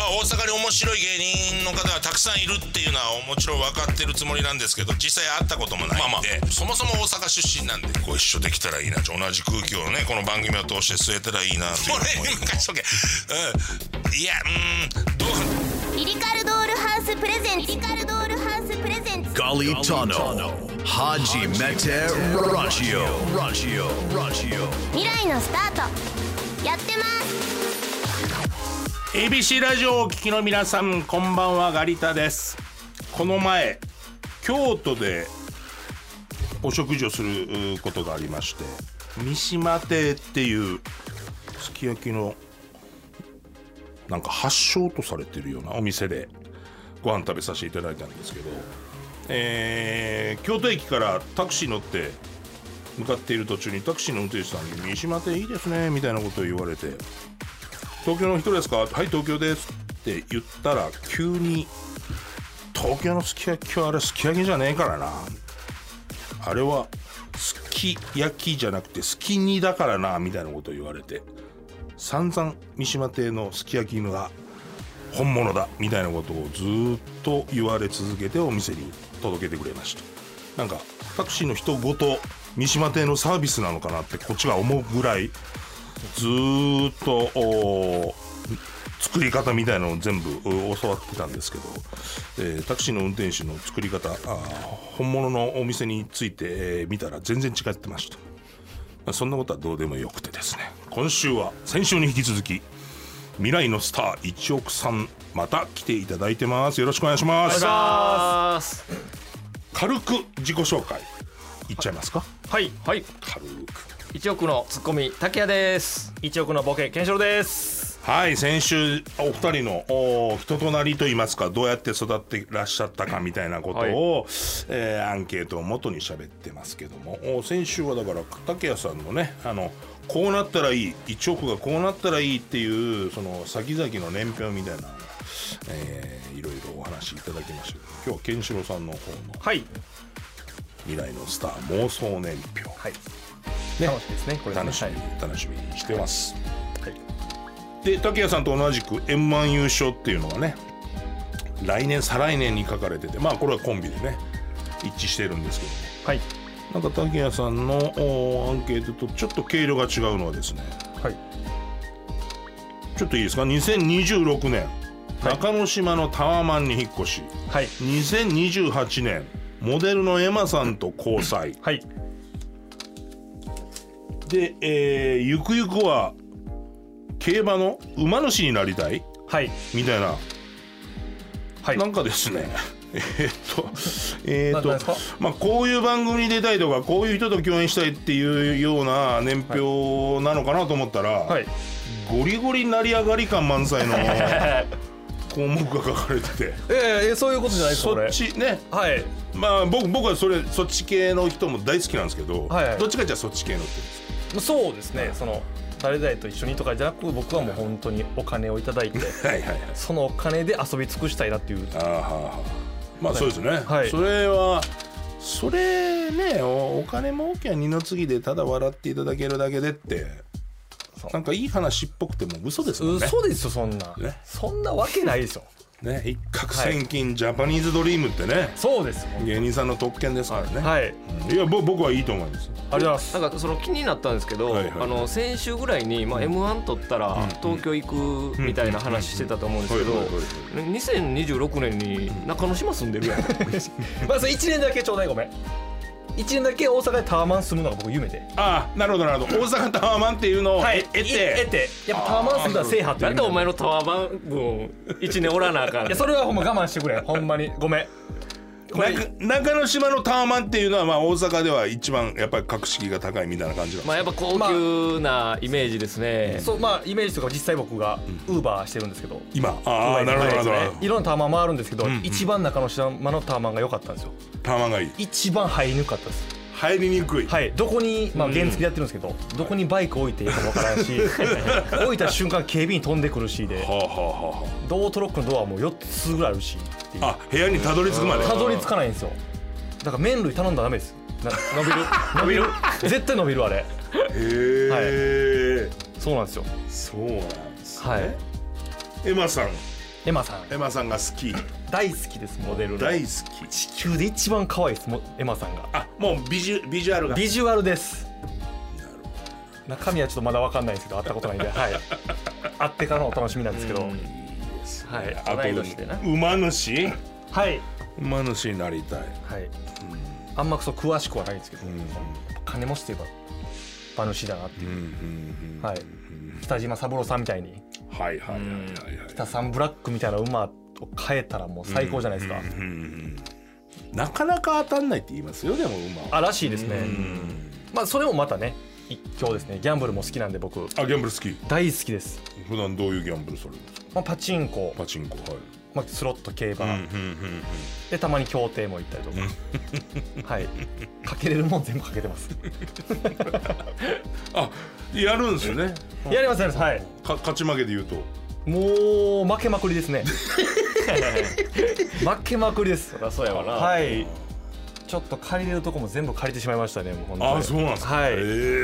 大阪に面白い芸人の方がたくさんいるっていうのはもちろん分かってるつもりなんですけど、実際会ったこともないんで、そもそも大阪出身なんでご一緒できたらいいな、同じ空気をねこの番組を通して吸えたらいいなっていう。俺任しとけ。いやどうリリカルドールハウスプレゼンツガリタノハジメテラジオ未来のスタートやってます。 ABC ラジオをお聞きの皆さん、こんばんは。ガリタです。この前京都でお食事をすることがありまして、三島亭っていうすき焼きのなんか発祥とされてるようなお店でご飯食べさせていただいたんですけど、京都駅からタクシー乗って向かっている途中にタクシーの運転手さんに三島亭いいですねみたいなことを言われて、東京の人ですか、はい東京ですって言ったら、急に東京のすき焼きはあれすき焼きじゃねえからな、あれはすき焼きじゃなくてすき煮だからなみたいなことを言われて、散々三島亭のすき焼きが本物だみたいなことをずっと言われ続けてお店に届けてくれました。なんかタクシーの人ごと三島亭のサービスなのかなってこっちが思うぐらい、ずっと作り方みたいなのを全部教わってたんですけど、タクシーの運転手の作り方、本物のお店について、見たら全然違ってました。そんなことはどうでもよくてですね、今週は先週に引き続き未来のスター一億さんまた来ていただいてます。よろしくお願いします。 お願いします。 軽く自己紹介いっちゃいますか。 はいはい。 軽く。 1億のツッコミ竹谷です。1億のボケケンシロウです。 はい、先週お二人の人となりといいますか、どうやって育ってらっしゃったかみたいなことを、アンケートを元に喋ってますけども、先週はだから竹谷さんのね、こうなったらいい、1億がこうなったらいいっていうその先々の年表みたいな、いろいろお話いただきましたけど、今日はケンシロウさんの方の、 はい、 未来のスター妄想年表、 はいね、 楽しみですね。これ楽しみにしてます、 はい。 で竹谷さんと同じく M1 優勝っていうのがね、来年再来年に書かれてて、まあこれはコンビでね一致してるんですけど、 はい、 なんか竹谷さんのアンケートとちょっと毛色が違うのはですね、 はい、 ちょっといいですか。2026年、はい、中之島のタワマンに引っ越し、 はい、 2028年モデルのエマさんと交際、 はい、 で、ゆくゆくは競馬の馬主になりたい、 はい、 みたいな、 はい、 なんかですねまあこういう番組に出たいとか、こういう人と共演したいっていうような年表なのかなと思ったら、はい、ゴリゴリ成り上がり感満載の項目が書かれてて、 そういうことじゃないですか。 そっちね、 はい、 まあ僕はそっち系の人も大好きなんですけど、はいはい、どっちかじゃそっち系の人です。そうですね、 その誰々と一緒にとかじゃなく、僕はもう本当にお金をいただいてはいはい、はい、そのお金で遊び尽くしたいなっていう。 まあそうですね、はい、それね、お金儲けは二の次でただ笑っていただけるだけでって、なんかいい話っぽくても嘘ですもんね。 嘘ですよ、そんな、ね、そんなわけないですよね、一攫千金、はい、ジャパニーズドリームってね、 そうです、 芸人さんの特権ですからね。 はい、 いや僕はいいと思います。 ありがとうございます。なんかその気になったんですけど、はいはい、先週ぐらいに、M1 取ったら東京行くみたいな話してたと思うんですけど、2026年に中之島住んでるやんまあそれ1年だけちょうだい、ごめん。1年だけ大阪でタワマン住むのが僕夢で。 ああ、なるほどなるほど。大阪タワマンっていうのを、はい、得てやっぱタワマン住んだら制覇っていう。なんでお前のタワマン分1年おらなあかんいや、それはほんま我慢してくれほんまにごめん。 中之島のタワマンっていうのは、まあ大阪では一番やっぱり格式が高いみたいな感じなんですか。 まあやっぱ高級なイメージですね。そう、まあイメージとか実際僕がウーバーしてるんですけど、 今なるほどなるほど。 いろんなタワマン回るんですけど、一番中之島のタワマンが良かったんですよ。 タワマンがいい。 一番入りにくかったです。 入りにくい。 はい、どこに、まあ原付でやってるんですけど、どこにバイク置いていいかもわからんし置いた瞬間警備員飛んでくるしで、ドオートロックのドアも4つぐらいあるしっていう。 部屋にたどり着くまでたどり着かないんですよ。だから麺類頼んだらダメです。伸びる絶対伸びる、あれ。へえ、 はい、そうなんですよ。 そうなんですね。 はい。 エマさんエマさんが好き。 大好きです。モデルの大好き。 地球で一番可愛いです。エマさんが。 あ、もうビジュアルが。 ビジュアルです。中身はちょっとまだ分かんないんですけど、会ったことないんで、はい、会ってからのお楽しみなんですけど、はい、 あと馬主、 はい、 馬主になりたい、はい、 あんまそう詳しくはないんですけど、金持ちといえば馬主だなっていう、はい、北島三郎さんみたいに、 はいはいはいはい、 北さんブラックみたいな馬を変えたらもう最高じゃないですか。 なかなか当たんないって言いますよ、でも馬は。 あ、らしいですね。まあそれもまたね、一興ですね。ギャンブルも好きなんで僕。 あ、ギャンブル好き。 大好きです。 普段どういうギャンブルされるんですか？ まあ、パチンコ、 はい。 まあ、スロット、競馬、でたまに競艇も行ったりとか、はい、かけれるもん全部かけてます。 あ、やるんですね。 やりますやります。はい。 勝ち負けで言うと。 もう負けまくりですね。負けまくりです。 そりゃそうやわな。 はい。ちょっと借りれるとこも全部借りてしまいましたね。もう本当に。 あ、そうなんですか。 はい。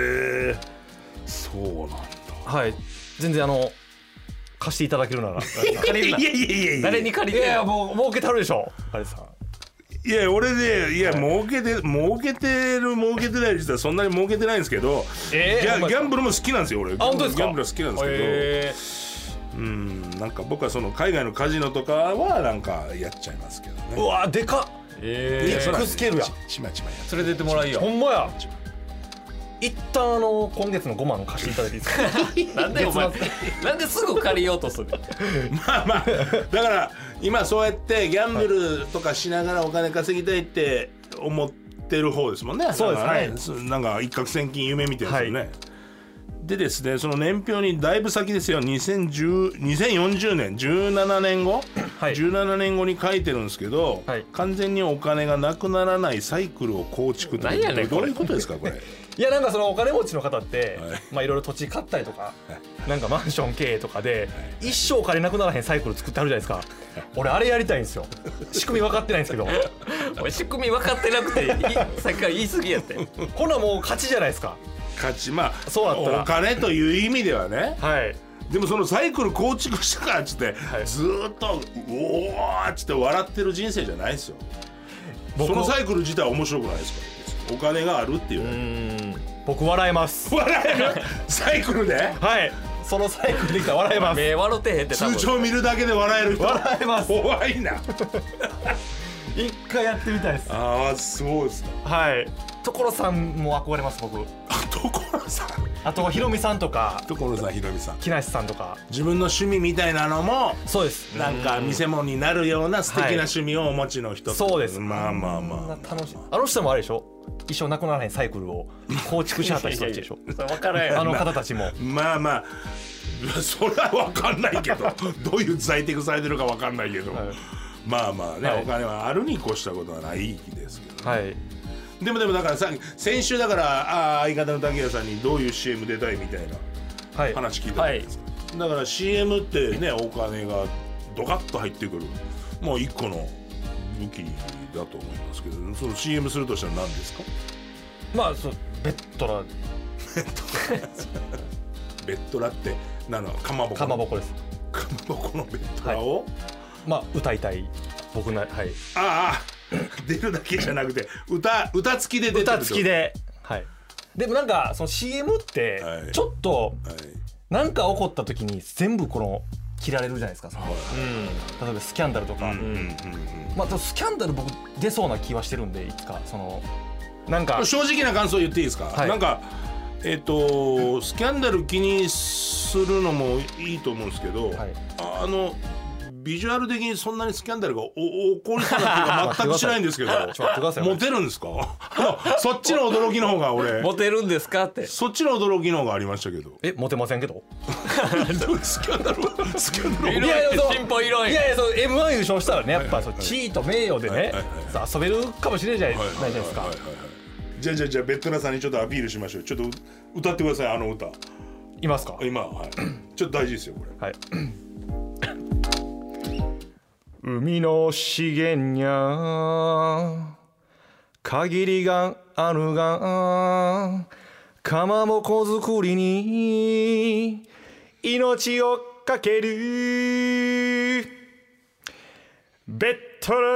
そうなんだ。 はい。全然貸していただけるなら。 借りるな。いや誰に借りて？ いやもう儲けたるでしょ。あれさ。 いや俺ね、いや儲けてる儲けてない実はそんなに儲けてないんですけど、ギャンブルも好きなんですよ俺。 あ、本当ですか？ ギャンブルは好きなんですけど、なんか僕はその海外のカジノとかはなんかやっちゃいますけどね。 うわでかっ。ビッグスケールや。 ちまちまや連れてってもらいや。 ほんまや。一旦今月の5万貸していただいていいですか？ なんでお前なんですぐ借りようとする？ まあだから今そうやってギャンブルとかしながらお金稼ぎたいって思ってる方ですもんね。 そうですね。 なんか一攫千金夢見てるんですよね。でですね、その年表にだいぶ先ですよ、2040年17年後、17年後に書いてるんですけど、完全にお金がなくならないサイクルを構築ってどういうことですかこれ？ いやなんかそのお金持ちの方ってまあいろいろ土地買ったりとかなんかマンション経営とかで一生お金なくならへんサイクル作ってあるじゃないですか。俺あれやりたいんですよ。仕組み分かってないんですけど。 俺仕組み分かってなくてさっきから言い過ぎやって。 ほなもう勝ちじゃないですか。 勝ち、まあそうだったらお金という意味ではね。 はい。 でもそのサイクル構築したからっつって、ずーっとおーっつって笑ってる人生じゃないですよ。そのサイクル自体は面白くないですか？お金があるっていう。 僕笑えます。 笑える？サイクルで？ はい。そのサイクルできたら笑えます。 目笑ってへんって。 通帳見るだけで笑える人。 笑えます。 怖いな。 一回やってみたいです。 ああ、そうですか。 はい。所さんも憧れます僕。 所さん。 あとひろみさんとか。 所さん、ひろみさん。 木梨さんとか。 自分の趣味みたいなのも。 そうです。 なんか見せ物になるような素敵な趣味をお持ちの人。 そうです。 まあ。 楽しい。あの人もあれでしょ。一生なくならへんサイクルを構築しはった人たちでしょ。 分からへん。 あの方たちも。 まあ。それは分かんないけど、どういう在宅されてるか分かんないけど。まあね、お金はあるに越したことはないですけど。 はい。 でもだから先週だから相方の竹谷さんにどういう CM 出たいみたいな話聞いたじゃないですか。だから CM ってね、お金がドカッと入ってくるもう一個の武器だと思いますけど、その CM するとしたら何ですか？ まあそうベッドラベッドラってかまぼこです。かまぼこのベッドラを、 まあ歌いたい僕な。はい。 あ出るだけじゃなくて歌付きで出てる。 歌付きで。はい。でもなんかその CM ってちょっとなんか起こった時に全部切られるじゃないですか。例えばスキャンダルとか。まあスキャンダル僕出そうな気はしてるんで、いつかなんか正直な感想言っていいですか？なんかスキャンダル気にするのもいいと思うんですけど、ビジュアル的にそんなにスキャンダルが起こりそうな気が全くしないんですけどモテるんですか？そっちの驚きの方が俺モテるんですかって。 そっちの驚きの方がありましたけど。 モテませんけど。 スキャンダル心配いらん。 いやそう M1 優勝したらね、やっぱ地位と名誉でね遊べるかもしれないじゃないですか。 じゃあベッドラさんにちょっとアピールしましょう。ちょっと歌ってください、あの歌。 いますか？ 今、ちょっと大事ですよこれ。 はい。海の資源にゃ限りがあるが、かまぼこ作りに命をかける。 ベッドル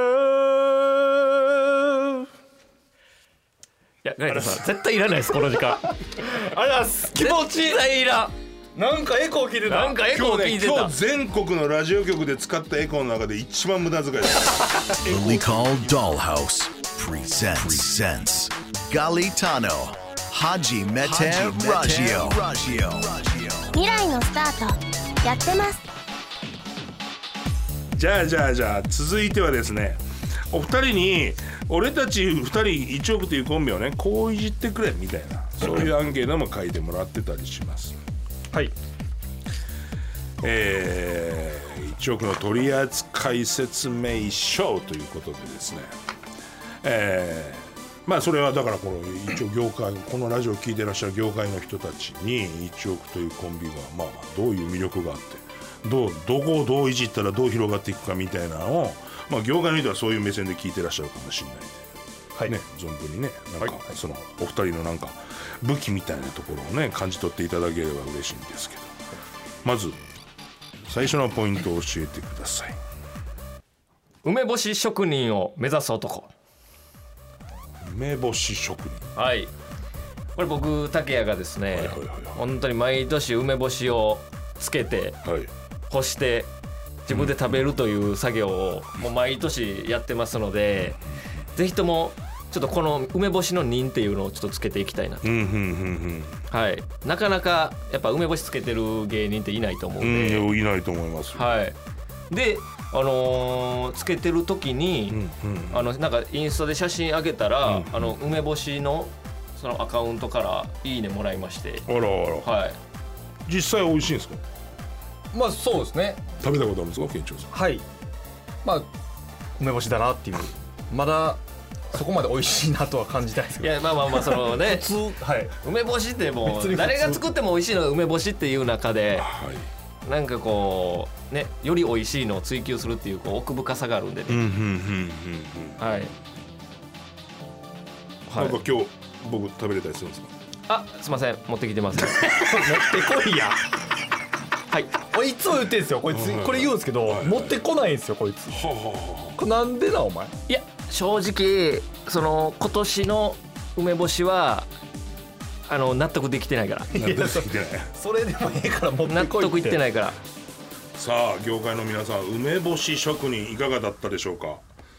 ー。 いやガイドさん絶対いらないですこの時間。 ありがとうございます。気持ちいい。 絶対いらん。 なんかエコー聞いてた。 なんかエコー聞いてた。 今日全国のラジオ局で使ったエコーの中で一番無駄遣いです。 Lilikal Dollhouse presents Galitano Haji Mete Radio。 未来のスタートやってます。 じゃあ続いてはですね、お二人に俺たち二人1億というコンビをねこういじってくれみたいなそういうアンケートも書いてもらってたりします。 はい。 1億の取扱説明書ということでですね、まあそれはだからこの一応業界このラジオを聞いてらっしゃる業界の人たちに1億というコンビがまあどういう魅力があってどこをどういじったらどう広がっていくかみたいなのを、まあ、業界の人はそういう目線で聞いてらっしゃるかもしれないんで、はいね、存分にねなんか、そのお二人のなんか武器みたいなところをね感じ取っていただければ嬉しいんですけど、まず最初のポイントを教えてください。 梅干し職人を目指す男。 梅干し職人。 はい。これ僕竹谷がですね、本当に毎年梅干しをつけて、干して自分で食べるという作業をもう毎年やってますので、ぜひともちょっとこの梅干しの忍っていうのをちょっとつけていきたいなと。はい。なかなかやっぱ梅干しつけてる芸人っていないと思うんで。 いないと思います。 はい。で、つけてる時に、なんかインスタで写真上げたら、梅干しのそのアカウントからいいねもらいまして。 あら。 はい。 実際美味しいんですか？ まあそうですね。 食べたことあるんですか、県庁さん？ はい。まあ梅干しだなっていう。まだそこまで美味しいなとは感じたいですけど。 いやまあそのね普通、はい、 梅干しってもう誰が作っても美味しいのが梅干しっていう中で、なんかこうねより美味しいのを追求するっていうこう奥深さがあるんでね。はい。 なんか今日僕食べれたりするんですか？ あ、すいません持ってきてません。持ってこいや。はい。いつも言ってんですよこいつ。これ言うんですけど持ってこないんですよこいつ。これなんでなお前？ いや正直その今年の梅干しは納得できてないから。 それでもいいから持ってこいって。 納得いってないから。 さあ業界の皆さん梅干し職人いかがだったでしょうか？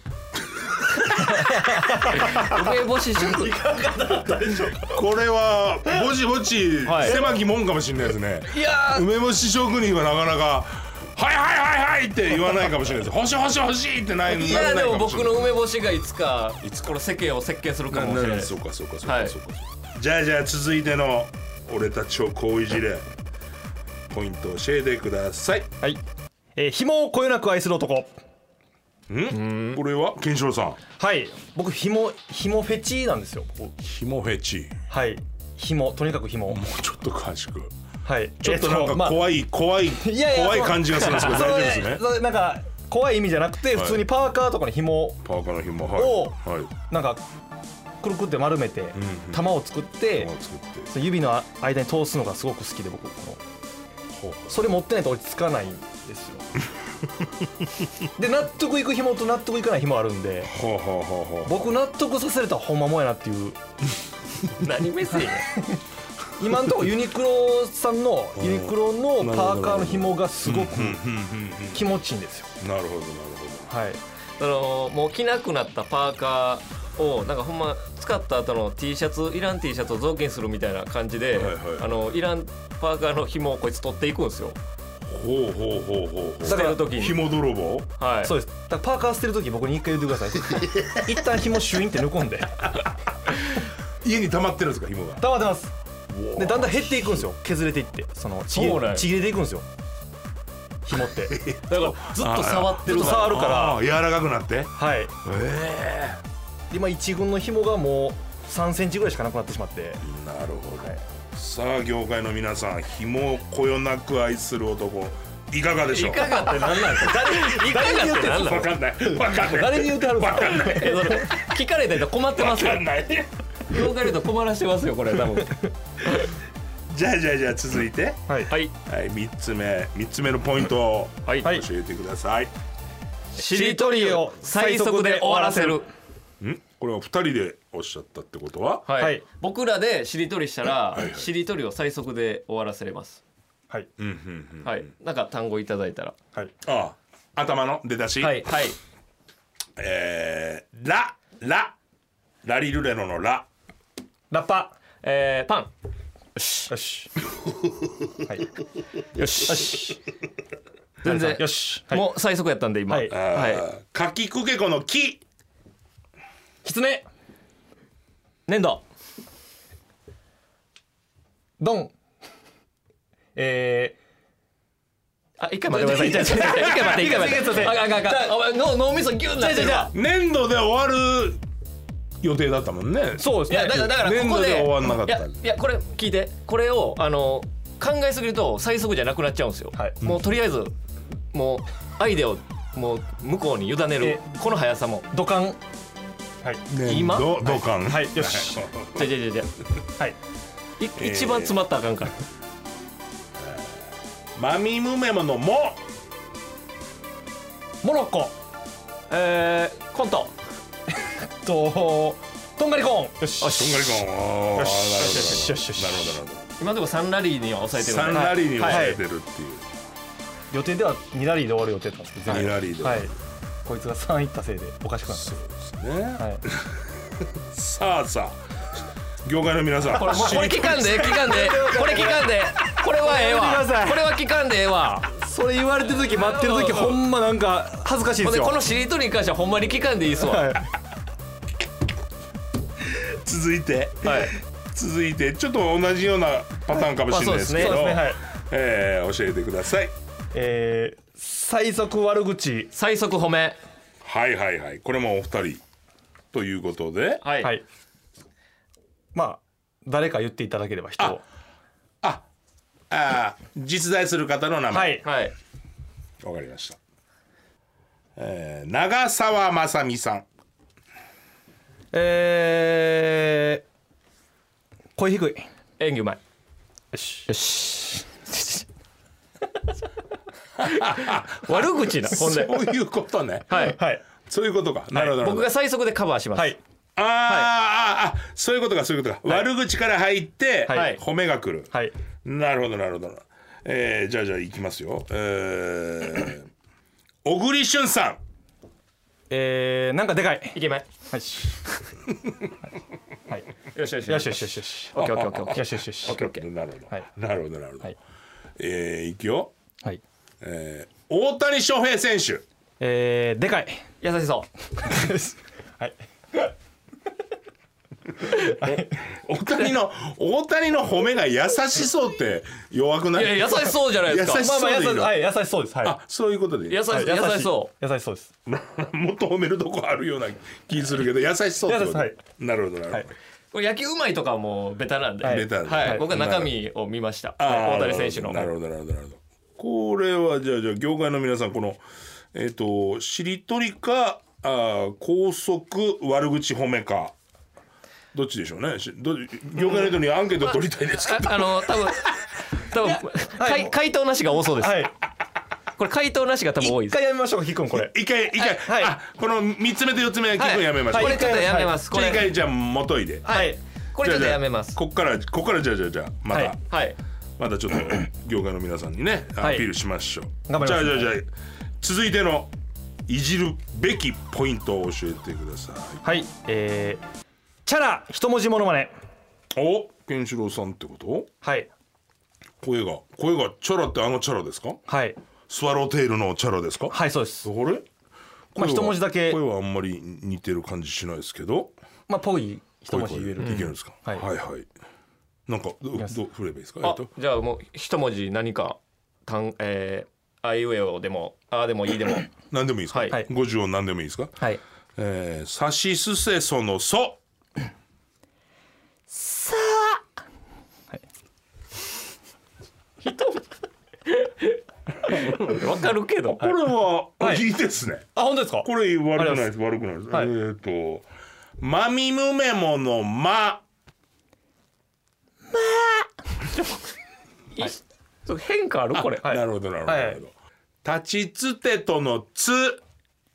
梅干し職人いかがだったでしょうか？ これはぼちぼち狭きもんかもしれないですね。いや梅干し職人はなかなかはいって言わないかもしれないです。欲しいってない。 いやでも僕の梅干しがいつかこの世間を席巻するかもしれない。 そうか。じゃあ続いての俺たちをこういじれポイントを教えてください。 はい。紐をこよなく愛する男。 これはケンシロウさん。 はい。僕紐フェチなんですよ。 紐フェチ。 はい。紐とにかく紐。 もうちょっと詳しく。 はい。 ちょっとなんか怖い感じがするんですけど大丈夫ですね。 なんか怖い意味じゃなくて普通にパーカーとかの紐をなんかくるくって丸めて玉を作って指の間に通すのがすごく好きで僕それ持ってないと落ち着かないんですよ。で納得いく紐と納得いかない紐あるんで僕納得させれたらほんまもんやなっていう。 何目線？ 今のところユニクロさんのユニクロのパーカーの紐がすごく気持ちいいんですよ。 なるほど。 はい。もう着なくなったパーカーをなんかほんま使った後の T シャツいらん T シャツを雑巾するみたいな感じで、いらんパーカーの紐をこいつ取っていくんですよ。捨てる時に紐泥棒？ はい。そうです。だからパーカー捨てる時僕に一回言ってください。一旦紐シュインって抜こんで。 家に溜まってるんですか紐が？ 溜まってます。でだんだん減っていくんですよ。削れていってちぎれていくんですよ紐って。だからずっと触ってるから触るから柔らかくなって。 はい。今一軍の紐がもう3センチぐらいしかなくなってしまって。 なるほど。さあ業界の皆さん紐をこよなく愛する男いかがでしょう？ いかがって何なんですか？いかがって何なの？ 分かんない。 誰に言ってはるんですか？ 分かんない。 聞かれたら困ってますよ。 分かんない。 業界の人困らしてますよこれ多分。 じゃあ続いてはい 3つ目のポイントを教えてください。 しりとりを最速で終わらせる。 これは2人でおっしゃったってことは、 はい、僕らでしりとりしたら、しりとりを最速で終わらせれます。はい、はい、なんか単語いただいたら、はい、 頭の出だし、 はいはい、 ラリルレロのラッパ、パン、よしよしはい、よし全然よし、もう最速やったんで今、はい、 かきくけこの木、 きつね、粘土、ドン、一回待ってください。一回待って。脳みそギュンなってるわ。 粘土で終わる予定だったもんね。 そうですね。だからここで終わんなかった。 いやこれ聞いて、これを考えすぎると最速じゃなくなっちゃうんですよ。もうとりあえずもうアイデアをもう向こうに委ねるこの速さも。 土管。 はい。今？土管。 はい。よし。 じゃ。はい。一番詰まったらあかんから。 マミムメモのモロッコ、 コントとんがりコーン、よしとんがりコーン、よしなるほど今のところ3ラリーには抑えてる、 3ラリーに抑えてるっていう、 予定では2ラリーで終わる予定だったんですけど、 2ラリーで、 はい、こいつが3いったせいでおかしくなった。 そうですね、はい、さあ業界の皆さん、 これ聞かんでこれ聞かんで、これはええわ、これは聞かんでええわ。 それ言われてる時待ってる時ほんまなんか恥ずかしいですよ。 このしりとりに関してはほんまに聞かんでいいっすわ、はい、 続いてちょっと同じようなパターンかもしれないですけど、教えてください。 最速悪口、 最速褒め、 はいこれもお二人ということで、 はい、まあ誰か言っていただければ人を実在する方の名前、 はい、 わかりました。長澤まさみさん、 声低い、 演技うまい、 よし悪口な、ほんでそういうことね、 はい、 そういうことか、なるほど、 僕が最速でカバーします、はい、 そういうことか、悪口から入って、褒めが来る、 はい、 なるほどじゃあいきますよ。小栗旬さん、なんかでかい、 イケメン、 はい、よし、オッケー、 なるほど、いくよ、 はい、 大谷翔平選手、 でかい、 優しそうはい大谷の褒めが優しそうって弱くない？ いや優しそうじゃないですか。 優しそうです。はい。 そういうことで。 優しそう。 優しそうです。 もっと褒めるとこあるような気するけど優しそうってこと。なるほど。 これ野球うまいとかもベタなんで。 はい。 僕は中身を見ました。大谷選手の。 なるほど。これはじゃあ業界の皆さん、このしりとりか高速悪口褒めか。どっちでしょうね。業界の人にアンケート取りたいですけど、 多分回答なしが多そうです。これ回答なしが多分多いです。 一回やめましょうか、ヒくん、これ。 一回。この3つ目と4つ目はヒくんやめましょう。 これちょっとやめます。 一回じゃあ元いで。 はい。これちょっとやめます。 こっからじゃあまたちょっと業界の皆さんにねアピールしましょう。じゃあ続いてのいじるべきポイントを教えてください。 はい。チャラ一文字モノマネ。 ケンシロウさんってこと？ はい。 声がチャラってチャラですか？ はい。 スワローテールのチャラですか？ はい、そうです。 あれ？ 一文字だけ。 声はあんまり似てる感じしないですけど。 ぽい一文字言える。 いけるんですか？はい。なんかどう振ればいいですか？ じゃあもう一文字何かあいうえおでもでもいいでも何でもいいですか？50音何でもいいですか？ はい。 さしすせそのそ。 さあ。はい。 わかるけど。 これはいいですね。 本当ですか？ これ悪くないです。まみむめものま。 変化あるこれ。 なるほど。立ちつてとのつ。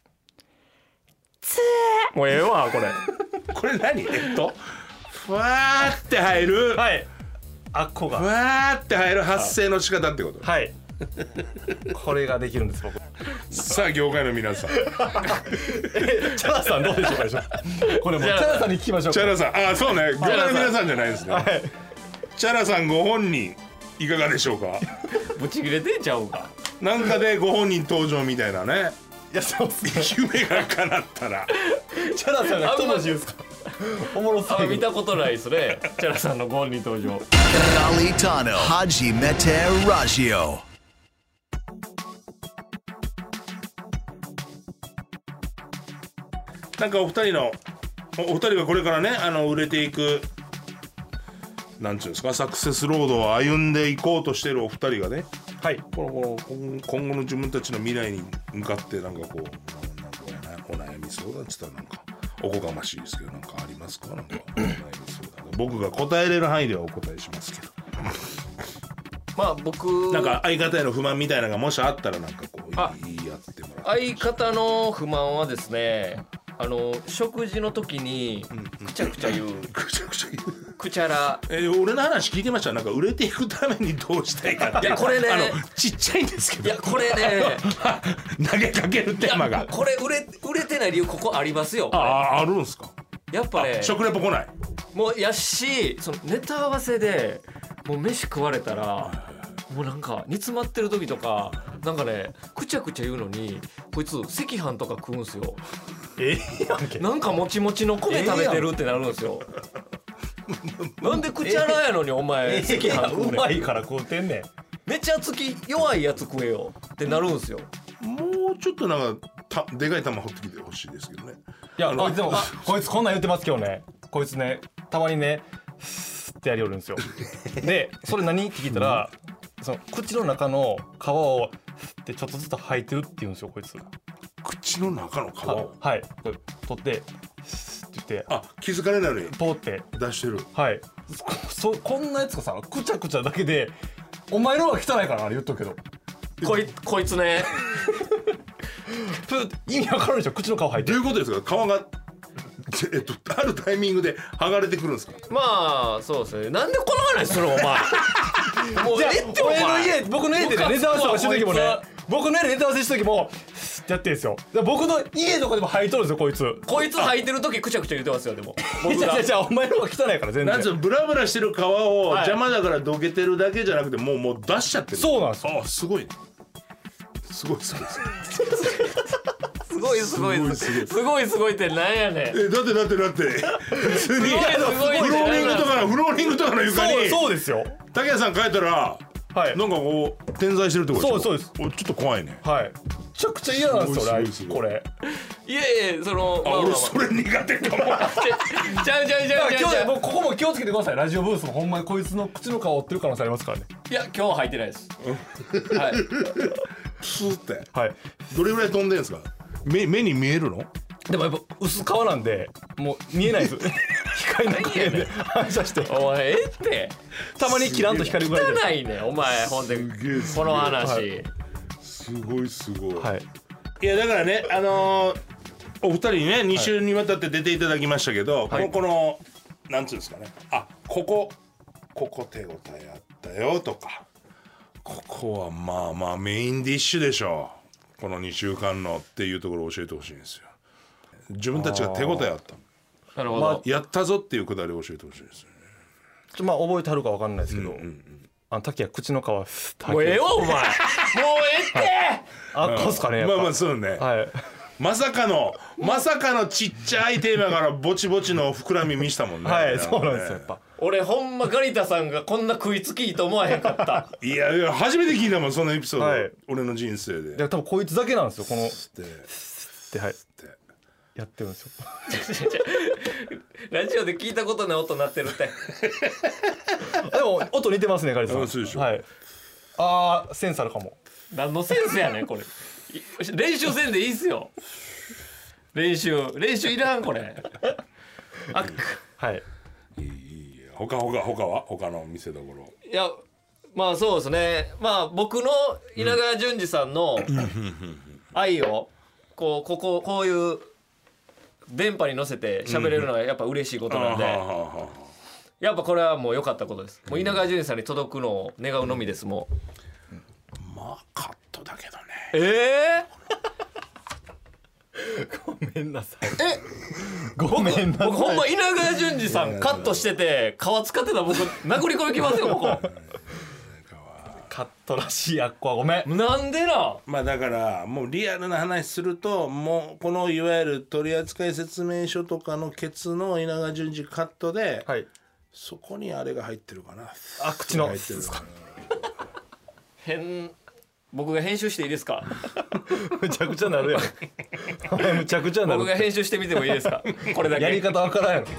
つもうええわこれ。 これ何？ふわーって入る、 はい、あっこがふわーって入る発声の仕方ってこと。 はいこれができるんです僕。 さあ業界の皆さんチャラさんどうでしょうか。これもチャラさんに聞きましょうか。 チャラさん、あ、そうね、業界の皆さんじゃないですね、はい、チャラさんご本人いかがでしょうか。 ぶち切れてんちゃうか。 なんかでご本人登場みたいなね。 いやそうっすね。 夢が叶ったらチャラさんが一文字言うんすか。おもろすぎる。 見たことないですね。チャラさんのご本人登場。 Galitano Haji Mete Radio。 なんかお二人がこれからね売れていくなんていうんですか、サクセスロードを歩んでいこうとしているお二人がね、 はい、 今後の自分たちの未来に向かってなんかこうなんかお悩み相談って言ったらなんかおこがましいですけど、なんかありますか。なんかお悩み相談僕が答えれる範囲ではお答えしますけどまあ僕なんか相方への不満みたいなのがもしあったらなんかこう言い合ってもらって。 相方の不満はですね、食事の時にくちゃくちゃ言うくちゃくちゃ言うくちゃら。 俺の話聞いてました。なんか売れていくためにどうしたいかって。 いやこれねちっちゃいんですけど。 いやこれね投げかけるテーマがこれ売れてない理由ここありますよ。 あるんすか。 やっぱね食レポ来ない。 もうやし、そのネタ合わせでもう飯食われたらもうなんか煮詰まってる時とかなんかねくちゃくちゃ言うのにこいつ赤飯とか食うんすよ。なんかもちもちの米食べてるってなるんですよ。なんでくちゃらやのにお前赤飯食うねん。 うまいから食うてんねん。 めちゃつき弱いやつ食えよってなるんですよ。 もうちょっとなんかでかい玉掘ってきてほしいですけどね。 いやこいつでもこいつこんなん言ってますけどね、こいつねたまにねスッってやりよるんですよ。でそれ何って聞いたら、その口の中の皮をスッってちょっとずつ吐いてるって言うんですよこいつ。 口の中の皮をはいこれ取ってスッって言って気づかれないのにポーって出してる。 はいこんなやつがさくちゃくちゃだけでお前の方が汚いからあれ言っとくけどこいつね意味わかるでしょ。口の皮入ってどういうことですか。皮があるタイミングで剥がれてくるんですか。 まあそうですね。なんでこの話するのお前もうえってお前僕の家でねネタ合わせとかしてる時もね僕の家でネタ合わせした時もってやってるんですよ。僕の家とかでも履いとるんですよこいつ。 こいつ履いてる時くちゃくちゃ言ってますよ。でも僕がじゃあお前の方が汚いから全然。 なんつうのブラブラしてる皮を邪魔だからどけてるだけじゃなくてもう出しちゃってる。 そうなんですよ。 すごいね。すごいすごいってなんやねん。 だって普通にフローリングとかの床にそうですよ。 竹谷さん帰ったらなんかこう点在してるってことでしょ。 そうです。 ちょっと怖いね。 はい。めちゃくちゃ嫌なんですよこれ。 いやその俺それ苦手かも。 ちゃうここも気をつけてください。ラジオブースもほんまにこいつの口の皮折ってる可能性ありますからね。 いや今日は履いてないです。はい。 スーってはい。 どれぐらい飛んでんすか。目に見えるの。 でもやっぱ薄皮なんでもう見えないです。光の影で反射してお前ってたまにキランと光るぐらいで汚いねお前ほんでこの話すごいはい。 いやだからねお二人にね2週にわたって出ていただきましたけど、このなんつうんですかね、ここ手応えあったよとか、ここはまあメインディッシュでしょうこの2週間のっていうところを教えてほしいんですよ。自分たちが手応えあった。 なるほど。 やったぞっていうくだりを教えてほしいですよね。 覚えてはるか分かんないですけど、滝は口の皮もうええわお前もうええってこすかね。 まあそうね。 はい。 まさかのちっちゃいテーマからぼちぼちの膨らみ見したもんね。 はい、そうなんですよ。やっぱ俺ほんまガリタさんがこんな食いつきいいと思わへんかった。 いや初めて聞いたもんそのエピソード、俺の人生で。 いや多分こいつだけなんですよこのってはいやってるんですよ。 ラジオで聞いたことない音鳴ってるって。 でも音似てますねガリさん。 そうでしょ。 はい。センスあるかも。 何のセンスやねんこれ。練習せんでいいっすよ。練習いらんこれ。 はい。 他の見せ所。 いやまあそうですね。まあ僕の稲川淳二さんの愛をこういう電波に乗せて喋れるのはやっぱ嬉しいことなんで、やっぱこれはもう良かったことです。もう稲川淳二さんに届くのを願うのみです。もうまあカットだけどね。 ごめんなさい。ごめんなさい。 僕ほんま稲川淳二さんカットしてて皮使ってた僕殴り込みきますよここ。 カットらしいあっこはごめん。 なんでな。 まあだからもうリアルな話するともうこのいわゆる取扱説明書とかのケツの稲川淳二カットで、はい、そこにあれが入ってるかな。 あ、口の入ってるか僕が編集していいですか。 むちゃくちゃなるやん。むちゃくちゃなる。 僕が編集してみてもいいですか。これだけやり方わからんやろ。いい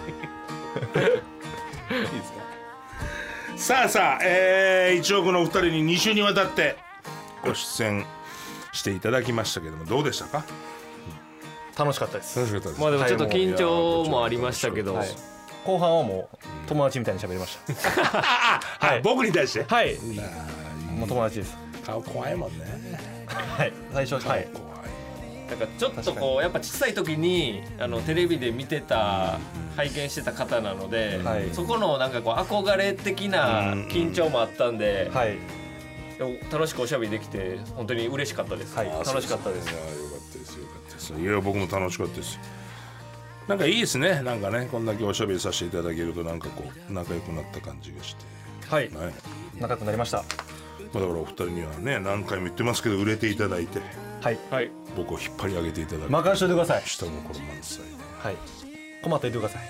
ですか。さあさあ、一応このお二人に2週にわたってご出演していただきましたけどもどうでしたか。 楽しかったです。 楽しかったです。 まあでもちょっと緊張もありましたけど、 後半はもう友達みたいに喋りました。 はい、僕に対して。 はい。もう友達です。 顔怖いもんね。 はい。最初は。はい。 なんかちょっとこうやっぱ小さい時にテレビで見てた拝見してた方なので、はい、そこのなんかこう憧れ的な緊張もあったんで、はい、でも楽しくおしゃべりできて本当に嬉しかったです。はい、楽しかったです。 よかったですよかったです。いや僕も楽しかったです。なんかいいですね。なんかねこんだけおしゃべりさせていただけるとなんかこう仲良くなった感じがして、 はい、はい、仲良くなりました。 だからお二人にはね何回も言ってますけど売れていただいて、 はいはい、 僕を引っ張り上げていただいて任せておいてください。 下心満載で、 はい、困っていてください。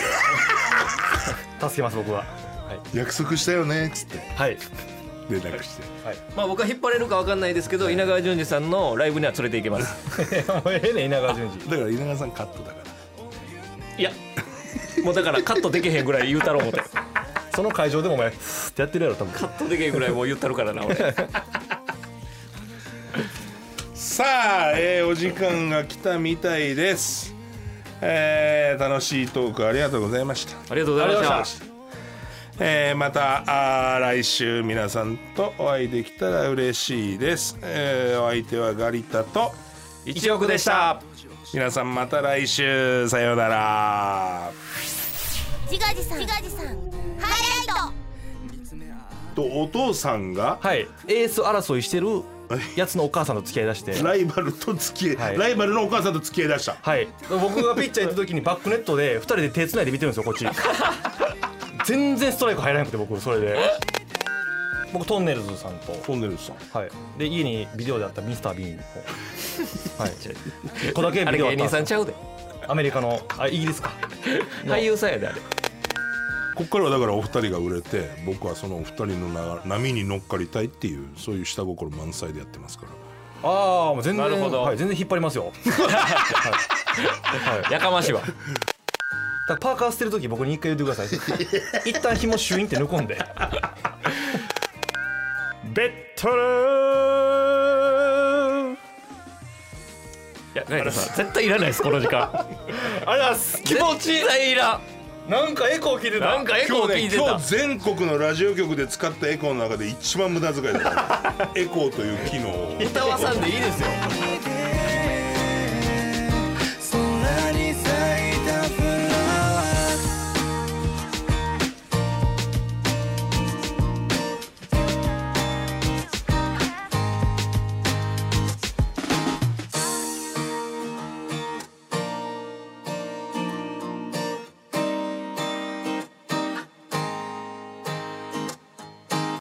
助けます僕は、はい、 約束したよねっつって、 はい、 連絡して、 はい、まあ僕は引っ張れるか分かんないですけど、はい、稲川淳二さんのライブには連れて行けます。 もうええね稲川淳二。 だから稲川さんカットだから。 いやもうだからカットできへんぐらい言うたろう思ってその会場でもお前ってやってるやろ多分。 カットできへんぐらいもう言ったるからな俺。 さあ、お時間が来たみたいです。楽しいトークありがとうございました。 ありがとうございました。 また来週皆さんとお会いできたら嬉しいです。お相手はガリタと 1億でした。 皆さんまた来週さようなら。 自画自賛ハイライトとお父さんが、 はい、エース争いしてるやつのお母さんと付き合いだして、 ライバルと付き合い、はい、ライバルのお母さんと付き合いだした。 はい、僕がピッチャー行った時にバックネットで2人で手つないで見てるんですよこっち。全然ストライク入らなくて僕それで。僕トンネルズさんとトンネルズさん、 はい、で家にビデオであったミスター・ビーンを、はい、ここだけビデオあったんですよ。 あれ芸人さんちゃうで。 アメリカのイギリスか俳優さんやであれ。 こっからはだからお二人が売れて僕はそのお二人の波に乗っかりたいっていうそういう下心満載でやってますから。 ああ全然、はい、全然引っ張りますよ。 はい、やかましいわ。 だパーカー捨てる時僕に一回言ってください。一旦紐シュインって抜こんで。ベッドルー。 いやガイドさん絶対いらないですこの時間。 あれだす気持ちいいいらん。 なんかエコー聞いてた。 なんかエコー聞いてた。 今日全国のラジオ局で使ったエコーの中で一番無駄遣いだから。エコーという機能を歌わさんでいいですよ。